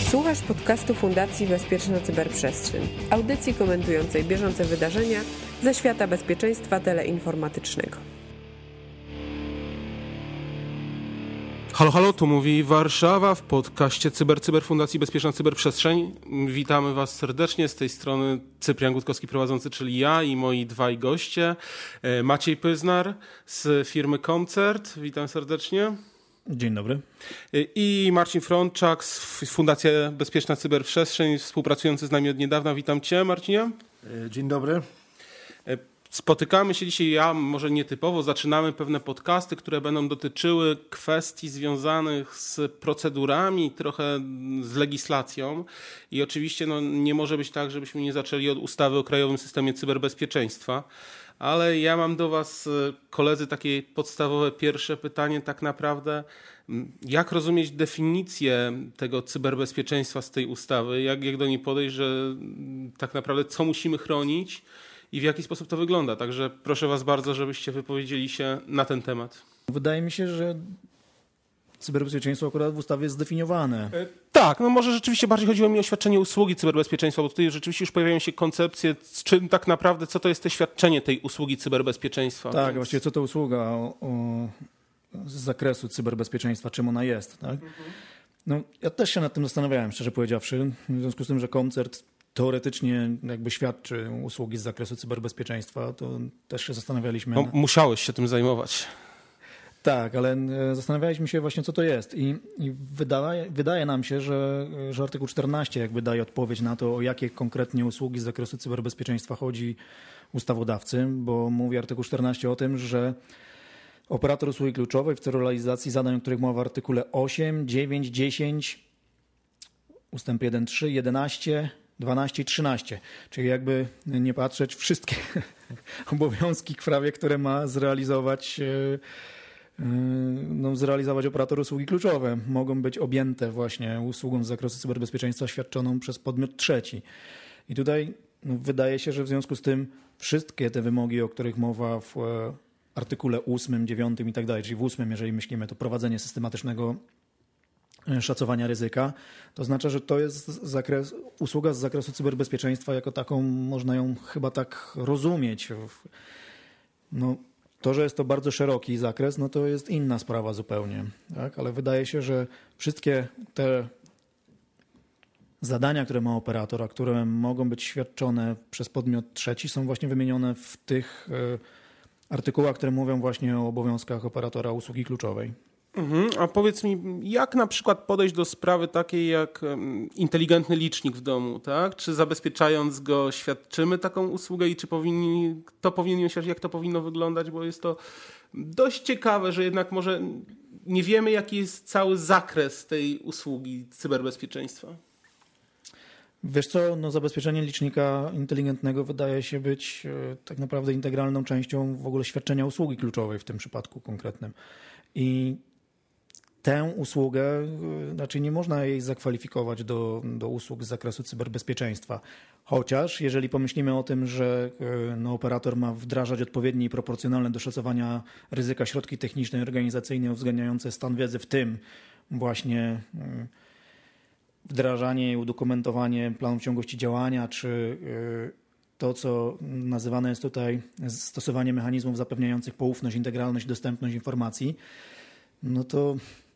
Słuchasz podcastu Fundacji Bezpieczna Cyberprzestrzeń, audycji komentującej bieżące wydarzenia ze świata bezpieczeństwa teleinformatycznego. Halo, halo, tu mówi Warszawa w podcaście Cyber Fundacji Bezpieczna Cyberprzestrzeń. Witamy Was serdecznie, z tej strony Cyprian Gutkowski prowadzący, czyli ja i moi dwaj goście. Maciej Pyznar z firmy Koncert, witam serdecznie. Dzień dobry. I Marcin Frączak z Fundacji Bezpieczna Cyberprzestrzeń, współpracujący z nami od niedawna. Witam Cię, Marcinie. Dzień dobry. Spotykamy się dzisiaj, może nietypowo, zaczynamy pewne podcasty, które będą dotyczyły kwestii związanych z procedurami, trochę z legislacją i oczywiście nie może być tak, żebyśmy nie zaczęli od ustawy o Krajowym Systemie Cyberbezpieczeństwa, ale ja mam do Was, koledzy, takie podstawowe pierwsze pytanie tak naprawdę, jak rozumieć definicję tego cyberbezpieczeństwa z tej ustawy, jak do niej podejść, że tak naprawdę co musimy chronić i w jaki sposób to wygląda. Także proszę Was bardzo, żebyście wypowiedzieli się na ten temat. Wydaje mi się, że cyberbezpieczeństwo akurat w ustawie jest zdefiniowane. Tak, może rzeczywiście bardziej chodziło mi o świadczenie usługi cyberbezpieczeństwa, bo tutaj rzeczywiście już pojawiają się koncepcje, czym tak naprawdę, co to jest to świadczenie tej usługi cyberbezpieczeństwa. Tak, właściwie co to usługa z zakresu cyberbezpieczeństwa, czym ona jest. Tak? No, ja też się nad tym zastanawiałem, szczerze powiedziawszy, w związku z tym, że Koncert teoretycznie jakby świadczy usługi z zakresu cyberbezpieczeństwa, to też się zastanawialiśmy. Musiałeś się tym zajmować. Tak, ale zastanawialiśmy się właśnie, co to jest i wydaje nam się, że artykuł 14 jakby daje odpowiedź na to, o jakie konkretnie usługi z zakresu cyberbezpieczeństwa chodzi ustawodawcy, bo mówi artykuł 14 o tym, że operator usługi kluczowej w celu realizacji zadań, o których mowa w artykule 8, 9, 10, ustęp 1, 3, 11, 12 i 13, czyli jakby nie patrzeć, wszystkie obowiązki prawie, które ma zrealizować operator usługi kluczowe, mogą być objęte właśnie usługą z zakresu cyberbezpieczeństwa świadczoną przez podmiot trzeci. I tutaj wydaje się, że w związku z tym wszystkie te wymogi, o których mowa w artykule 8, 9 i tak dalej, czyli w 8, jeżeli myślimy, to prowadzenie systematycznego szacowania ryzyka, to oznacza, że to jest usługa z zakresu cyberbezpieczeństwa jako taką, można ją chyba tak rozumieć. To, że jest to bardzo szeroki zakres, to jest inna sprawa zupełnie. Tak? Ale wydaje się, że wszystkie te zadania, które ma operator, a które mogą być świadczone przez podmiot trzeci, są właśnie wymienione w tych artykułach, które mówią właśnie o obowiązkach operatora usługi kluczowej. A powiedz mi, jak na przykład podejść do sprawy takiej jak inteligentny licznik w domu, tak? Czy zabezpieczając go świadczymy taką usługę i czy kto powinien świadczyć, jak to powinno wyglądać, bo jest to dość ciekawe, że jednak może nie wiemy, jaki jest cały zakres tej usługi cyberbezpieczeństwa. Wiesz co, zabezpieczenie licznika inteligentnego wydaje się być tak naprawdę integralną częścią w ogóle świadczenia usługi kluczowej w tym przypadku konkretnym. I tę usługę raczej nie można jej zakwalifikować do usług z zakresu cyberbezpieczeństwa. Chociaż jeżeli pomyślimy o tym, że operator ma wdrażać odpowiednie i proporcjonalne do szacowania ryzyka środki techniczne i organizacyjne uwzględniające stan wiedzy, w tym właśnie wdrażanie i udokumentowanie planów ciągłości działania, czy to, co nazywane jest tutaj stosowanie mechanizmów zapewniających poufność, integralność, dostępność informacji, to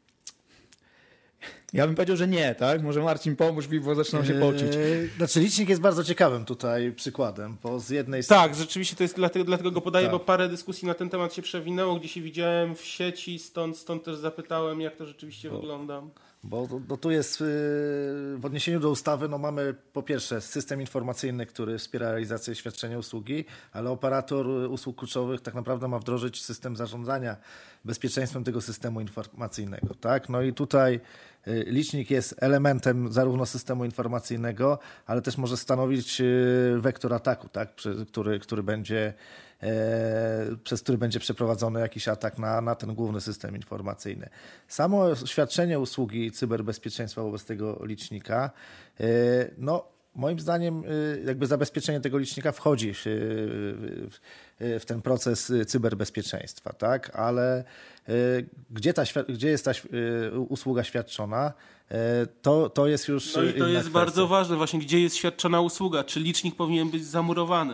ja bym powiedział, że nie, tak? Może Marcin, pomóż mi, bo zaczynam się pocić. Licznik jest bardzo ciekawym tutaj przykładem, bo z jednej strony... Tak, rzeczywiście to jest dlatego go podaję, bo parę dyskusji na ten temat się przewinęło, gdzieś się widziałem w sieci, stąd też zapytałem, jak to rzeczywiście wygląda. Bo tu jest w odniesieniu do ustawy, mamy po pierwsze system informacyjny, który wspiera realizację świadczenia usługi, ale operator usług kluczowych tak naprawdę ma wdrożyć system zarządzania bezpieczeństwem tego systemu informacyjnego. Tak? I tutaj licznik jest elementem zarówno systemu informacyjnego, ale też może stanowić wektor ataku, tak? Przez który będzie przeprowadzony jakiś atak na ten główny system informacyjny. Samo świadczenie usługi cyberbezpieczeństwa wobec tego licznika Moim zdaniem jakby zabezpieczenie tego licznika wchodzi w ten proces cyberbezpieczeństwa, tak? Ale gdzie jest ta usługa świadczona, to jest już No i to inna jest kwestia. bardzo ważne właśnie, gdzie jest świadczona usługa, czy licznik powinien być zamurowany.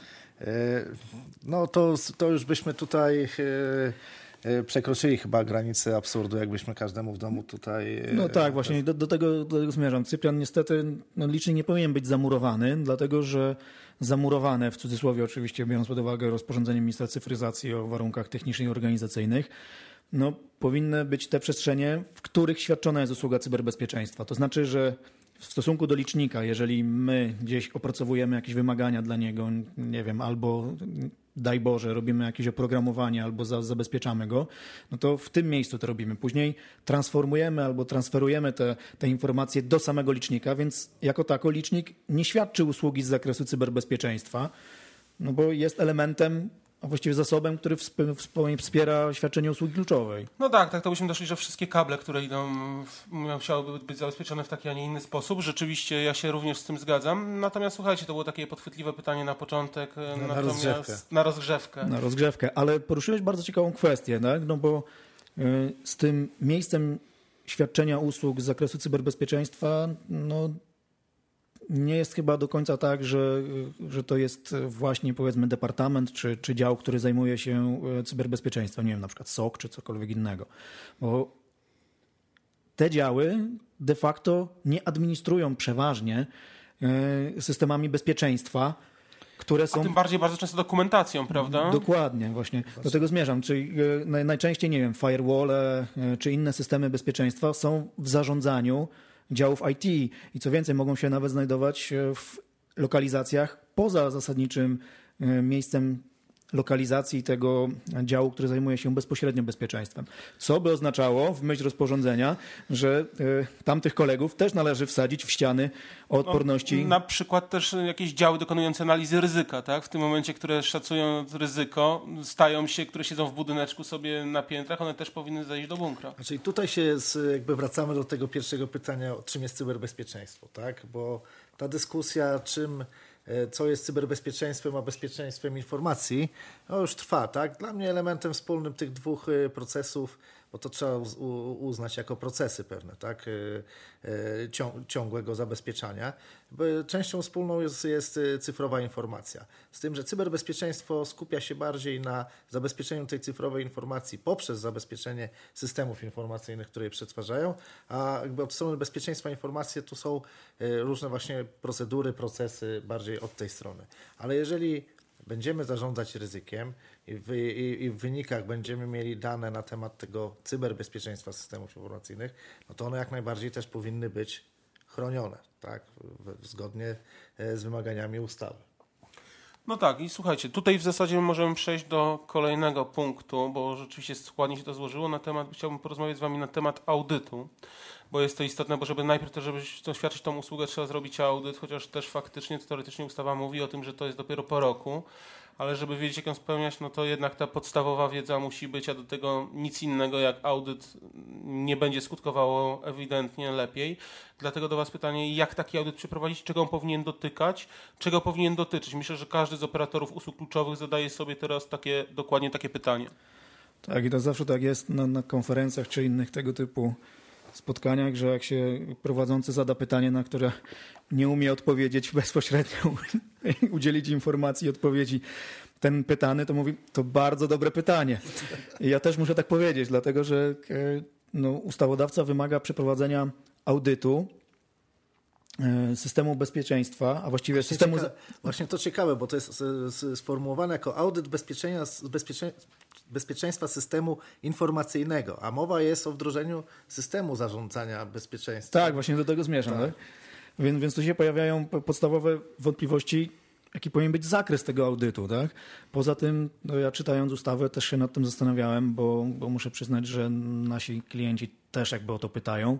No to już byśmy tutaj przekroczyli chyba granicę absurdu, jakbyśmy każdemu w domu tutaj... No tak, właśnie do tego zmierzam. Cyprian, niestety licznik nie powinien być zamurowany, dlatego że zamurowane, w cudzysłowie oczywiście, biorąc pod uwagę rozporządzenie ministra cyfryzacji o warunkach technicznych i organizacyjnych, no, powinny być te przestrzenie, w których świadczona jest usługa cyberbezpieczeństwa. To znaczy, że w stosunku do licznika, jeżeli my gdzieś opracowujemy jakieś wymagania dla niego, nie wiem, albo daj Boże, robimy jakieś oprogramowanie albo zabezpieczamy go, no to w tym miejscu to robimy. Później transformujemy albo transferujemy te informacje do samego licznika, więc jako tako licznik nie świadczy usługi z zakresu cyberbezpieczeństwa, no bo jest elementem, a właściwie zasobem, który wspiera świadczenie usługi kluczowej. No tak, to byśmy doszli, że wszystkie kable, które idą, musiałyby być zabezpieczone w taki, a nie inny sposób. Rzeczywiście ja się również z tym zgadzam. Natomiast słuchajcie, to było takie podchwytliwe pytanie na początek. Na rozgrzewkę. Na rozgrzewkę, ale poruszyłeś bardzo ciekawą kwestię, tak? No bo z tym miejscem świadczenia usług z zakresu cyberbezpieczeństwa, no nie jest chyba do końca tak, że to jest właśnie powiedzmy departament czy dział, który zajmuje się cyberbezpieczeństwem, nie wiem, na przykład SOC czy cokolwiek innego. Bo te działy de facto nie administrują przeważnie systemami bezpieczeństwa, które są... A tym bardziej bardzo często dokumentacją, prawda? Dokładnie, właśnie do tego zmierzam. Czyli najczęściej, nie wiem, firewall czy inne systemy bezpieczeństwa są w zarządzaniu działów IT i co więcej mogą się nawet znajdować w lokalizacjach poza zasadniczym miejscem lokalizacji tego działu, który zajmuje się bezpośrednio bezpieczeństwem. Co by oznaczało w myśl rozporządzenia, że tamtych kolegów też należy wsadzić w ściany o odporności. No, na przykład też jakieś działy dokonujące analizy ryzyka, tak? W tym momencie, które szacują ryzyko, które siedzą w budyneczku sobie na piętrach, one też powinny zejść do bunkra. Czyli tutaj się jakby wracamy do tego pierwszego pytania, czym jest cyberbezpieczeństwo, tak? Bo ta dyskusja, co jest cyberbezpieczeństwem, a bezpieczeństwem informacji, no już trwa, tak? Dla mnie elementem wspólnym tych dwóch procesów, bo to trzeba uznać jako procesy pewne, tak? Ciągłego zabezpieczania. Częścią wspólną jest cyfrowa informacja. Z tym, że cyberbezpieczeństwo skupia się bardziej na zabezpieczeniu tej cyfrowej informacji poprzez zabezpieczenie systemów informacyjnych, które je przetwarzają, a jakby od strony bezpieczeństwa informacji tu są różne właśnie procedury, procesy bardziej od tej strony. Ale jeżeli będziemy zarządzać ryzykiem i w wynikach będziemy mieli dane na temat tego cyberbezpieczeństwa systemów informacyjnych, no to one jak najbardziej też powinny być chronione, tak? Zgodnie z wymaganiami ustawy. No tak i słuchajcie, tutaj w zasadzie możemy przejść do kolejnego punktu, bo rzeczywiście składnie się to złożyło. Chciałbym porozmawiać z wami na temat audytu, bo jest to istotne, bo żeby najpierw też, żeby świadczyć tą usługę, trzeba zrobić audyt, chociaż też faktycznie, teoretycznie ustawa mówi o tym, że to jest dopiero po roku, ale żeby wiedzieć, jak ją spełniać, no to jednak ta podstawowa wiedza musi być, a do tego nic innego jak audyt nie będzie skutkowało ewidentnie lepiej. Dlatego do was pytanie, jak taki audyt przeprowadzić, czego on powinien dotykać, czego powinien dotyczyć. Myślę, że każdy z operatorów usług kluczowych zadaje sobie teraz dokładnie takie pytanie. Tak, i to zawsze tak jest na konferencjach czy innych tego typu spotkaniach, że jak się prowadzący zada pytanie, na które nie umie odpowiedzieć bezpośrednio, udzielić informacji i odpowiedzi ten pytany, to mówi, to bardzo dobre pytanie. I ja też muszę tak powiedzieć, dlatego że ustawodawca wymaga przeprowadzenia audytu systemu bezpieczeństwa, a właściwie systemu... Właśnie to ciekawe, bo to jest sformułowane jako audyt bezpieczeństwa systemu informacyjnego, a mowa jest o wdrożeniu systemu zarządzania bezpieczeństwem. Tak, właśnie do tego zmierzam. Tak. Więc tu się pojawiają podstawowe wątpliwości, jaki powinien być zakres tego audytu. Tak? Poza tym, ja czytając ustawę też się nad tym zastanawiałem, bo muszę przyznać, że nasi klienci też jakby o to pytają.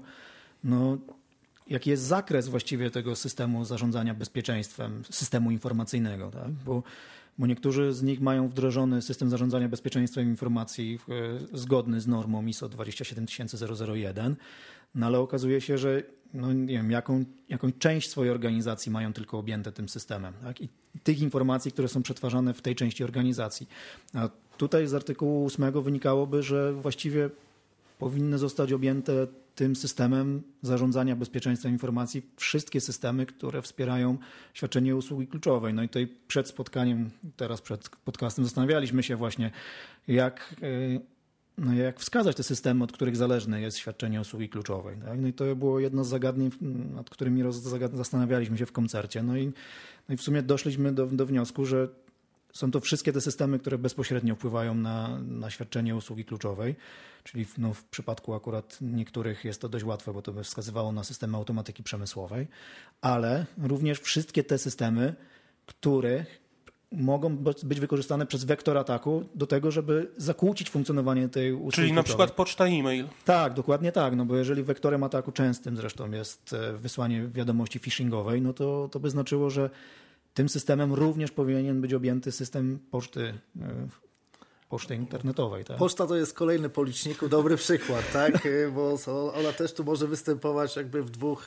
Jaki jest zakres właściwie tego systemu zarządzania bezpieczeństwem, systemu informacyjnego, tak? Bo niektórzy z nich mają wdrożony system zarządzania bezpieczeństwem informacji zgodny z normą ISO 27001, no ale okazuje się, że no nie wiem, jakąś część swojej organizacji mają tylko objęte tym systemem. Tak? I tych informacji, które są przetwarzane w tej części organizacji. A tutaj z artykułu 8 wynikałoby, że właściwie powinny zostać objęte tym systemem zarządzania bezpieczeństwem informacji wszystkie systemy, które wspierają świadczenie usługi kluczowej. No i tutaj przed spotkaniem, teraz przed podcastem zastanawialiśmy się właśnie, jak wskazać te systemy, od których zależne jest świadczenie usługi kluczowej. Tak? No i to było jedno z zagadnień, nad którymi zastanawialiśmy się w koncercie. No i w sumie doszliśmy do wniosku, że są to wszystkie te systemy, które bezpośrednio wpływają na świadczenie usługi kluczowej, czyli w przypadku akurat niektórych jest to dość łatwe, bo to by wskazywało na systemy automatyki przemysłowej, ale również wszystkie te systemy, które mogą być wykorzystane przez wektor ataku do tego, żeby zakłócić funkcjonowanie tej usługi Czyli kluczowej. na przykład poczta e-mail. Tak, dokładnie tak, no bo jeżeli wektorem ataku częstym zresztą jest wysłanie wiadomości phishingowej, no to by znaczyło, że tym systemem również powinien być objęty system poczty internetowej. Tak? Poczta to jest kolejny po liczniku dobry przykład, tak? Bo ona też tu może występować jakby w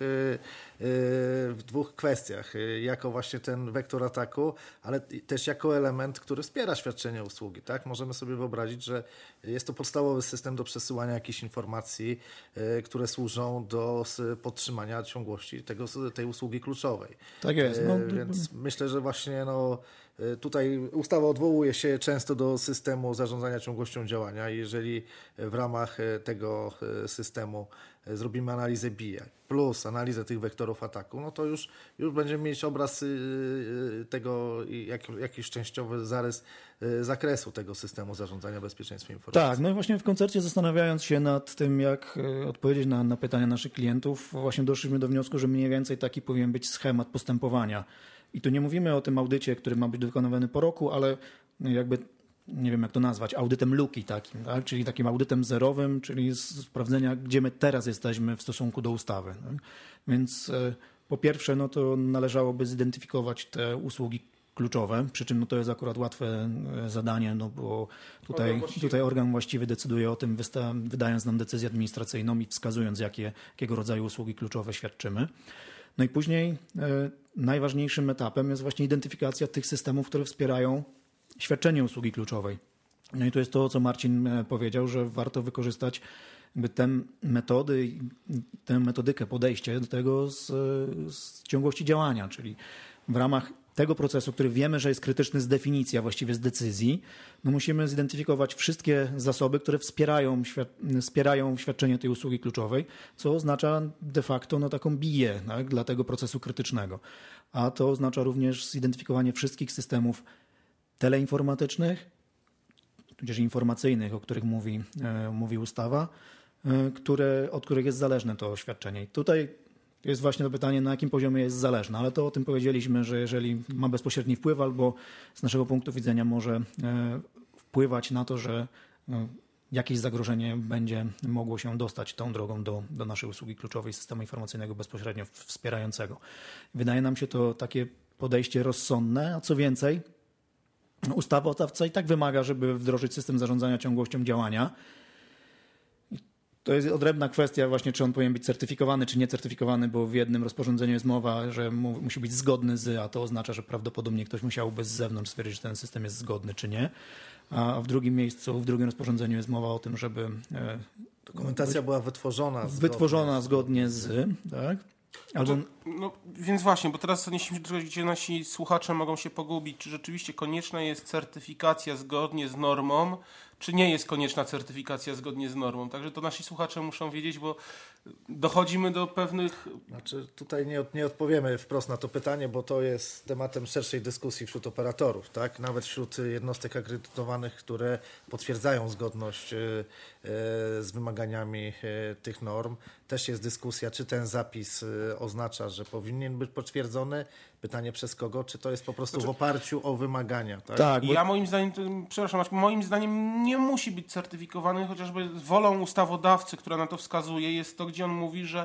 dwóch kwestiach. Jako właśnie ten wektor ataku, ale też jako element, który wspiera świadczenie usługi. Tak? Możemy sobie wyobrazić, że jest to podstawowy system do przesyłania jakichś informacji, które służą do podtrzymania ciągłości tej usługi kluczowej. Tak jest. Więc myślę, że właśnie tutaj ustawa odwołuje się często do systemu zarządzania ciągłością działania i jeżeli w ramach tego systemu zrobimy analizę BI plus analizę tych wektorów ataku, no to już będziemy mieć obraz tego, jakiś częściowy zarys zakresu tego systemu zarządzania bezpieczeństwem informacji. Tak, no i właśnie w koncercie zastanawiając się nad tym, jak odpowiedzieć na pytania naszych klientów, właśnie doszliśmy do wniosku, że mniej więcej taki powinien być schemat postępowania. I tu nie mówimy o tym audycie, który ma być wykonywany po roku, ale jakby, nie wiem jak to nazwać, audytem luki takim, tak? Czyli takim audytem zerowym, czyli sprawdzenia, gdzie my teraz jesteśmy w stosunku do ustawy. Tak? Więc po pierwsze, no to należałoby zidentyfikować te usługi kluczowe, przy czym no to jest akurat łatwe zadanie, no bo tutaj organ właściwy decyduje o tym, wydając nam decyzję administracyjną i wskazując, jakiego rodzaju usługi kluczowe świadczymy. No i później najważniejszym etapem jest właśnie identyfikacja tych systemów, które wspierają świadczenie usługi kluczowej. No i to jest to, co Marcin powiedział, że warto wykorzystać jakby tę metodykę, podejście do tego z ciągłości działania, czyli w ramach tego procesu, który wiemy, że jest krytyczny z definicji, a właściwie z decyzji, no musimy zidentyfikować wszystkie zasoby, które wspierają świadczenie tej usługi kluczowej, co oznacza de facto no, taką biję, tak, dla tego procesu krytycznego. A to oznacza również zidentyfikowanie wszystkich systemów teleinformatycznych, tudzież informacyjnych, o których mówi ustawa, od których jest zależne to świadczenie. I tutaj jest właśnie to pytanie, na jakim poziomie jest zależne, ale to o tym powiedzieliśmy, że jeżeli ma bezpośredni wpływ albo z naszego punktu widzenia może wpływać na to, że jakieś zagrożenie będzie mogło się dostać tą drogą do naszej usługi kluczowej systemu informacyjnego bezpośrednio wspierającego. Wydaje nam się to takie podejście rozsądne, a co więcej, ustawodawca i tak wymaga, żeby wdrożyć system zarządzania ciągłością działania. To jest odrębna kwestia właśnie, czy on powinien być certyfikowany, czy niecertyfikowany, bo w jednym rozporządzeniu jest mowa, że musi być zgodny a to oznacza, że prawdopodobnie ktoś musiałby z zewnątrz stwierdzić, że ten system jest zgodny, czy nie. A w drugim rozporządzeniu jest mowa o tym, żeby dokumentacja była wytworzona zgodnie z, tak? Więc właśnie, bo teraz odnieśmy się do tego, gdzie nasi słuchacze mogą się pogubić, czy rzeczywiście konieczna jest certyfikacja zgodnie z normą, czy nie jest konieczna certyfikacja zgodnie z normą. Także to nasi słuchacze muszą wiedzieć, bo dochodzimy do pewnych... Znaczy tutaj nie odpowiemy wprost na to pytanie, bo to jest tematem szerszej dyskusji wśród operatorów, tak? Nawet wśród jednostek akredytowanych, które potwierdzają zgodność z wymaganiami tych norm. Też jest dyskusja, czy ten zapis oznacza, że powinien być potwierdzony. Pytanie przez kogo, czy to jest po prostu w oparciu o wymagania. Tak? Tak, Ja moim zdaniem nie musi być certyfikowany, chociażby wolą ustawodawcy, która na to wskazuje, jest to, gdzie on mówi, że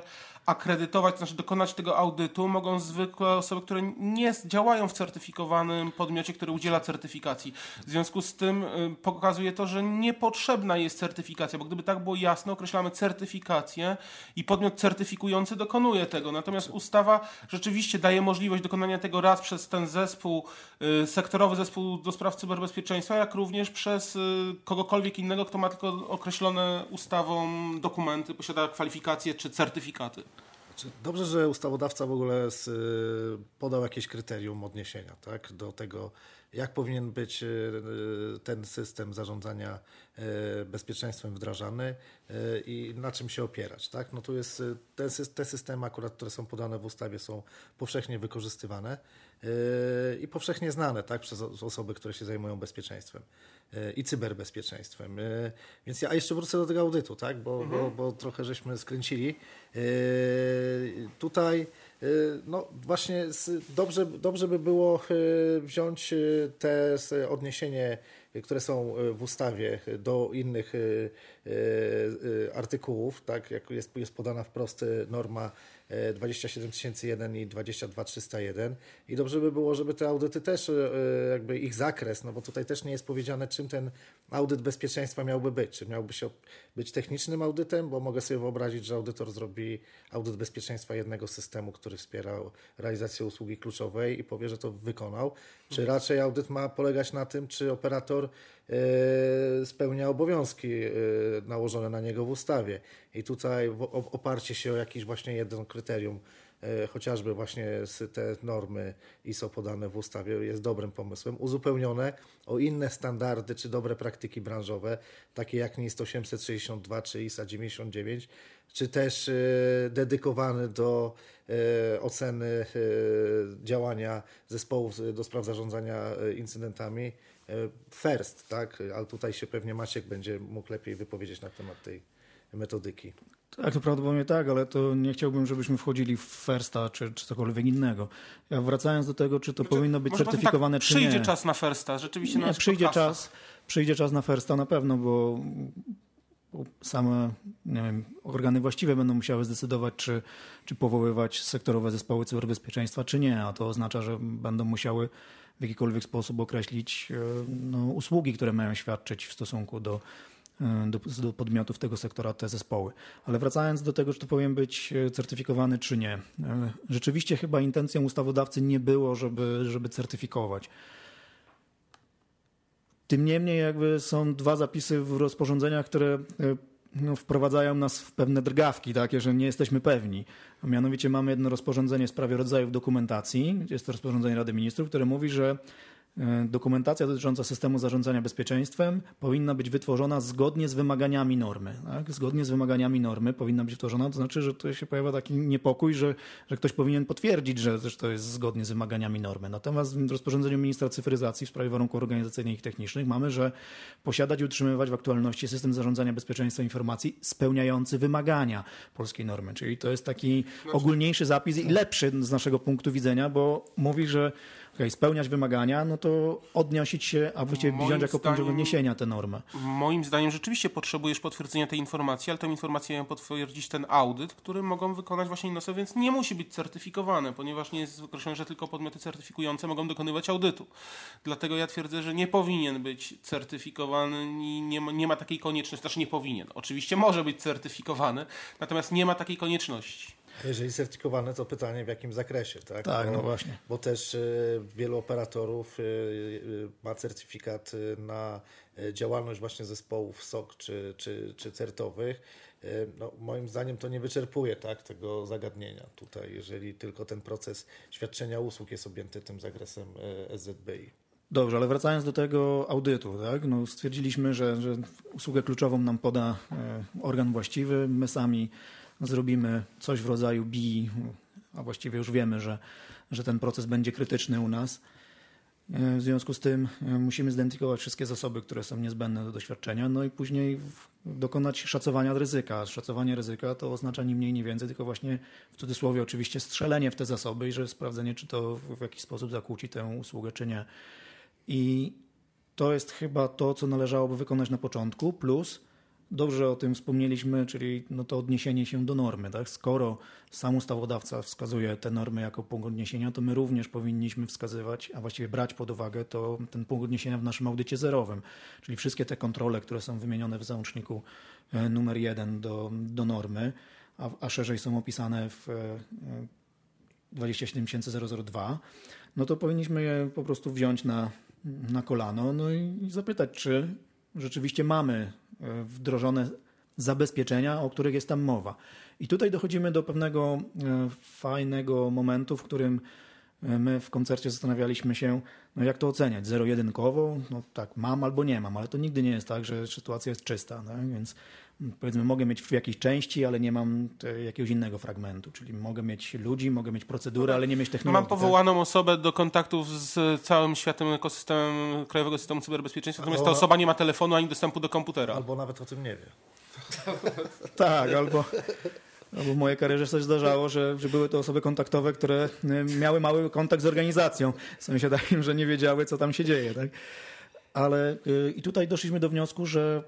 akredytować, to znaczy dokonać tego audytu mogą zwykle osoby, które nie działają w certyfikowanym podmiocie, który udziela certyfikacji. W związku z tym pokazuje to, że niepotrzebna jest certyfikacja, bo gdyby tak było jasno, określamy certyfikację i podmiot certyfikujący dokonuje tego. Natomiast ustawa rzeczywiście daje możliwość dokonania tego raz przez ten zespół, sektorowy zespół do spraw cyberbezpieczeństwa, jak również przez kogokolwiek innego, kto ma tylko określone ustawą dokumenty, posiada kwalifikacje czy certyfikaty. Dobrze, że ustawodawca w ogóle podał jakieś kryterium odniesienia, tak, do tego, jak powinien być ten system zarządzania bezpieczeństwem wdrażany i na czym się opierać. Tak? No tu jest te systemy akurat, które są podane w ustawie, są powszechnie wykorzystywane i powszechnie znane, tak, przez osoby, które się zajmują bezpieczeństwem i cyberbezpieczeństwem. Więc ja jeszcze wrócę do tego audytu, tak? Bo trochę żeśmy skręcili. Tutaj no właśnie dobrze by było wziąć te odniesienie, które są w ustawie do innych artykułów, tak, jak jest podana wprost norma 27001 i 22301 i dobrze by było, żeby te audyty też jakby ich zakres, no bo tutaj też nie jest powiedziane, czym ten audyt bezpieczeństwa miałby być. Czy miałby się być technicznym audytem, bo mogę sobie wyobrazić, że audytor zrobi audyt bezpieczeństwa jednego systemu, który wspiera realizację usługi kluczowej i powie, że to wykonał. Czy raczej audyt ma polegać na tym, czy operator spełnia obowiązki nałożone na niego w ustawie. I tutaj oparcie się o jakiś właśnie jeden kryterium, chociażby właśnie te normy ISO podane w ustawie jest dobrym pomysłem, uzupełnione o inne standardy czy dobre praktyki branżowe, takie jak NIST 862 czy ISA 99, czy też dedykowany do oceny działania zespołów do spraw zarządzania incydentami FIRST, tak? Ale tutaj się pewnie Maciek będzie mógł lepiej wypowiedzieć na temat tej metodyki. Tak, to prawdopodobnie tak, ale to nie chciałbym, żebyśmy wchodzili w FIRSTA czy cokolwiek innego. Ja wracając do tego, czy to powinno być certyfikowane, tak, czy nie. Przyjdzie czas na FIRSTA, rzeczywiście nie, przyjdzie czas na FIRSTA na pewno, bo same organy właściwe będą musiały zdecydować, czy powoływać sektorowe zespoły cyberbezpieczeństwa, czy nie, a to oznacza, że będą musiały w jakikolwiek sposób określić usługi, które mają świadczyć w stosunku do podmiotów tego sektora te zespoły. Ale wracając do tego, czy to powinien być certyfikowany, czy nie. Rzeczywiście chyba intencją ustawodawcy nie było, żeby certyfikować. Tym niemniej jakby są dwa zapisy w rozporządzeniach, które wprowadzają nas w pewne drgawki, takie, że nie jesteśmy pewni. A mianowicie mamy jedno rozporządzenie w sprawie rodzajów dokumentacji. Jest to rozporządzenie Rady Ministrów, które mówi, że dokumentacja dotycząca systemu zarządzania bezpieczeństwem powinna być wytworzona zgodnie z wymaganiami normy. Tak? Zgodnie z wymaganiami normy powinna być wytworzona, to znaczy, że tu się pojawia taki niepokój, że ktoś powinien potwierdzić, że to jest zgodnie z wymaganiami normy. Natomiast w rozporządzeniu ministra cyfryzacji w sprawie warunków organizacyjnych i technicznych mamy, że posiadać i utrzymywać w aktualności system zarządzania bezpieczeństwa informacji spełniający wymagania polskiej normy. Czyli to jest taki ogólniejszy zapis i lepszy z naszego punktu widzenia, bo mówi, że spełniać wymagania, no to odnosić się, a właściwie wziąć jako punkt odniesienia tę normę. Moim zdaniem rzeczywiście potrzebujesz potwierdzenia tej informacji, ale tę informację mają potwierdzić ten audyt, który mogą wykonać właśnie inne osoby, więc nie musi być certyfikowane, ponieważ nie jest określone, że tylko podmioty certyfikujące mogą dokonywać audytu. Dlatego ja twierdzę, że nie powinien być certyfikowany i nie ma takiej konieczności, znaczy nie powinien. Oczywiście może być certyfikowany, natomiast nie ma takiej konieczności. Jeżeli certyfikowane, to pytanie w jakim zakresie, tak? Tak, no właśnie. Bo też wielu operatorów ma certyfikat na działalność właśnie zespołów SOC czy CERT-owych. No, moim zdaniem to nie wyczerpuje, tak, tego zagadnienia tutaj, jeżeli tylko ten proces świadczenia usług jest objęty tym zakresem SZBI. Dobrze, ale wracając do tego audytu, tak? No, stwierdziliśmy, że usługę kluczową nam poda organ właściwy, my sami zrobimy coś w rodzaju BI, a właściwie już wiemy, że ten proces będzie krytyczny u nas. W związku z tym musimy zidentyfikować wszystkie zasoby, które są niezbędne do doświadczenia, no i później dokonać szacowania ryzyka. Szacowanie ryzyka to oznacza ni mniej, ni więcej, tylko właśnie w cudzysłowie oczywiście strzelenie w te zasoby i że sprawdzenie, czy to w jakiś sposób zakłóci tę usługę, czy nie. I to jest chyba to, co należałoby wykonać na początku, plus dobrze o tym wspomnieliśmy, czyli no to odniesienie się do normy. Tak? Skoro sam ustawodawca wskazuje te normy jako punkt odniesienia, to my również powinniśmy wskazywać, a właściwie brać pod uwagę to ten punkt odniesienia w naszym audycie zerowym. Czyli wszystkie te kontrole, które są wymienione w załączniku numer 1 do normy, a szerzej są opisane w 27002, no to powinniśmy je po prostu wziąć na kolano, no i zapytać, czy rzeczywiście mamy wdrożone zabezpieczenia, o których jest tam mowa. I tutaj dochodzimy do pewnego fajnego momentu, w którym my w koncercie zastanawialiśmy się, no jak to oceniać, zero-jedynkowo, no tak, mam albo nie mam, ale to nigdy nie jest tak, że sytuacja jest czysta, tak? Więc powiedzmy mogę mieć w jakiejś części, ale nie mam jakiegoś innego fragmentu, czyli mogę mieć ludzi, mogę mieć procedurę, ale nie mieć technologii. Mam powołaną osobę do kontaktów z całym światem, ekosystemem Krajowego Systemu Cyberbezpieczeństwa, natomiast ta osoba nie ma telefonu ani dostępu do komputera. Albo nawet o tym nie wie. Tak, albo w mojej karierze coś zdarzało, że były to osoby kontaktowe, które miały mały kontakt z organizacją. Są się takim, że nie wiedziały, co tam się dzieje. Tak? Ale i tutaj doszliśmy do wniosku, że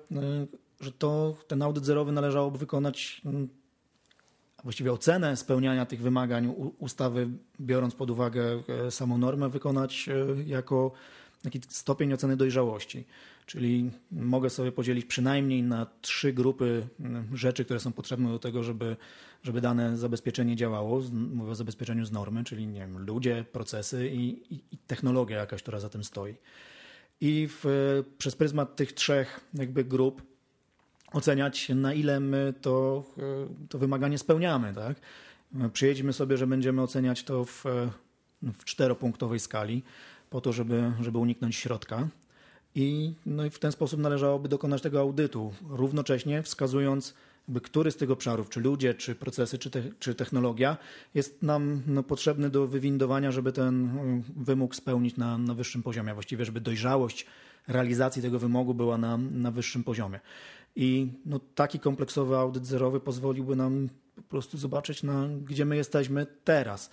ten audyt zerowy należałoby wykonać, właściwie ocenę spełniania tych wymagań ustawy, biorąc pod uwagę samą normę, wykonać jako taki stopień oceny dojrzałości. Czyli mogę sobie podzielić przynajmniej na 3 grupy rzeczy, które są potrzebne do tego, żeby dane zabezpieczenie działało. Mówię o zabezpieczeniu z normy, czyli nie wiem, ludzie, procesy i technologia jakaś, która za tym stoi. I przez pryzmat tych 3 jakby grup oceniać, na ile my to wymaganie spełniamy. Tak? Przyjedźmy sobie, że będziemy oceniać to w 4-punktowej skali, po to, żeby uniknąć środka. I w ten sposób należałoby dokonać tego audytu, równocześnie wskazując, który z tych obszarów, czy ludzie, czy procesy, czy technologia jest nam potrzebny do wywindowania, żeby ten wymóg spełnić na wyższym poziomie, właściwie żeby dojrzałość realizacji tego wymogu była na wyższym poziomie. I taki kompleksowy audyt zerowy pozwoliłby nam po prostu zobaczyć, gdzie my jesteśmy teraz.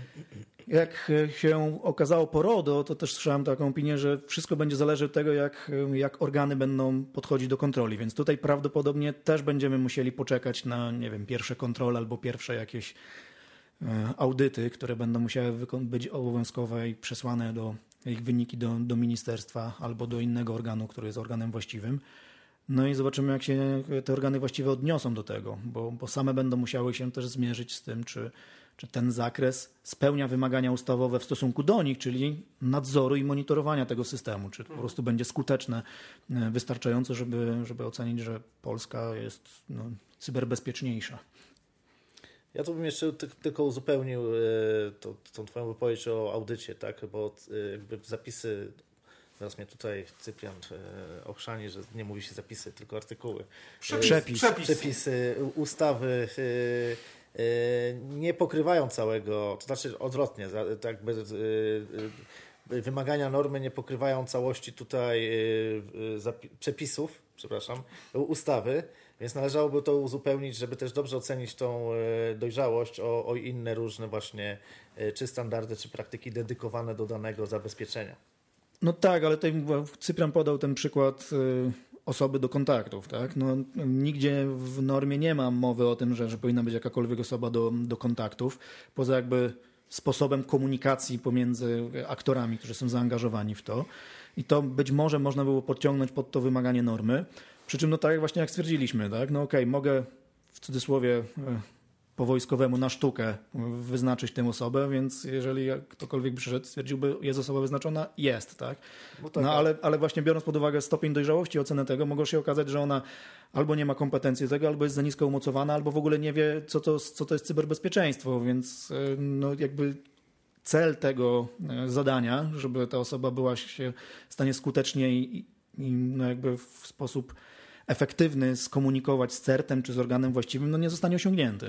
Jak się okazało po RODO, to też słyszałem taką opinię, że wszystko będzie zależeć od tego, jak organy będą podchodzić do kontroli. Więc tutaj prawdopodobnie też będziemy musieli poczekać na, nie wiem, pierwsze kontrole albo pierwsze jakieś audyty, które będą musiały być obowiązkowe i przesłane ich wyniki do ministerstwa albo do innego organu, który jest organem właściwym. No i zobaczymy, jak się te organy właściwe odniosą do tego, bo same będą musiały się też zmierzyć z tym, czy ten zakres spełnia wymagania ustawowe w stosunku do nich, czyli nadzoru i monitorowania tego systemu, czy to po prostu będzie skuteczne, wystarczająco, żeby ocenić, że Polska jest cyberbezpieczniejsza. Ja tu bym jeszcze tylko uzupełnił tą twoją wypowiedź o audycie, tak? Bo jakby zapisy, teraz mnie tutaj Cyprian ochrzani, że nie mówi się zapisy, tylko artykuły. Przepisy, ustawy nie pokrywają całego, to znaczy odwrotnie, wymagania normy nie pokrywają całości tutaj przepisów, ustawy, więc należałoby to uzupełnić, żeby też dobrze ocenić tą dojrzałość o inne różne właśnie czy standardy, czy praktyki dedykowane do danego zabezpieczenia. No tak, ale tutaj Cyprian podał ten przykład osoby do kontaktów. Tak? Nigdzie w normie nie ma mowy o tym, że powinna być jakakolwiek osoba do kontaktów, poza jakby sposobem komunikacji pomiędzy aktorami, którzy są zaangażowani w to. I to być może można było podciągnąć pod to wymaganie normy. Przy czym tak właśnie jak stwierdziliśmy, tak? Mogę w cudzysłowie po wojskowemu na sztukę wyznaczyć tę osobę, więc jeżeli ktokolwiek by przyszedł, stwierdziłby, jest osoba wyznaczona, jest, tak? Ale właśnie biorąc pod uwagę stopień dojrzałości, ocenę tego, mogło się okazać, że ona albo nie ma kompetencji do tego, albo jest za nisko umocowana, albo w ogóle nie wie, co to jest cyberbezpieczeństwo, więc jakby cel tego zadania, żeby ta osoba była się w stanie skutecznie i jakby w sposób efektywny skomunikować z CERT-em czy z organem właściwym, nie zostanie osiągnięty.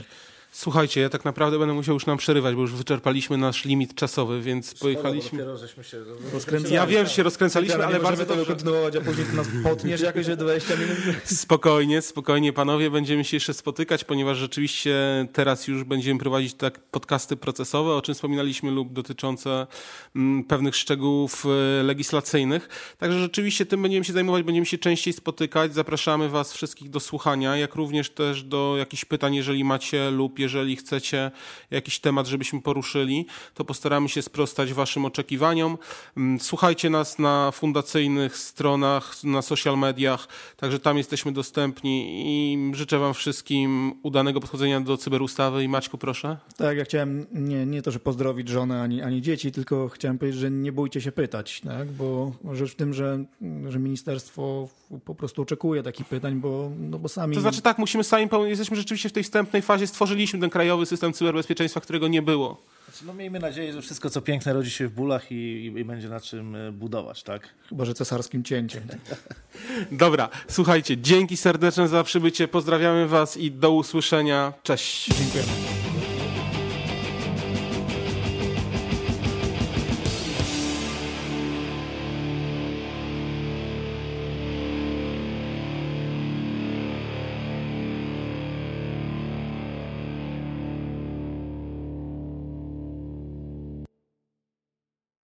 Słuchajcie, ja tak naprawdę będę musiał już nam przerywać, bo już wyczerpaliśmy nasz limit czasowy, więc pojechaliśmy. Dopiero żeśmy się Rozkręcali. Ja wiem, że się rozkręcaliśmy, ale bardzo to kontynuować, a później nas potniesz jakoś 20 minut. Spokojnie, panowie, będziemy się jeszcze spotykać, ponieważ rzeczywiście teraz już będziemy prowadzić tak podcasty procesowe, o czym wspominaliśmy, lub dotyczące pewnych szczegółów legislacyjnych. Także rzeczywiście tym będziemy się zajmować, będziemy się częściej spotykać. Zapraszamy was wszystkich do słuchania, jak również też do jakichś pytań, jeżeli macie, lub jeżeli chcecie jakiś temat, żebyśmy poruszyli, to postaramy się sprostać waszym oczekiwaniom. Słuchajcie nas na fundacyjnych stronach, na social mediach, także tam jesteśmy dostępni i życzę wam wszystkim udanego podchodzenia do cyberustawy. I Maćku, proszę. Tak, ja chciałem nie to, że pozdrowić żonę ani dzieci, tylko chciałem powiedzieć, że nie bójcie się pytać, tak? Bo rzecz w tym, że ministerstwo po prostu oczekuje takich pytań, bo sami... To znaczy tak, musimy sami, jesteśmy rzeczywiście w tej wstępnej fazie, stworzyliśmy ten krajowy system cyberbezpieczeństwa, którego nie było. No miejmy nadzieję, że wszystko co piękne rodzi się w bólach i będzie na czym budować, tak? Chyba że cesarskim cięciem. Dobra, słuchajcie, dzięki serdeczne za przybycie, pozdrawiamy was i do usłyszenia. Cześć. Dziękujemy.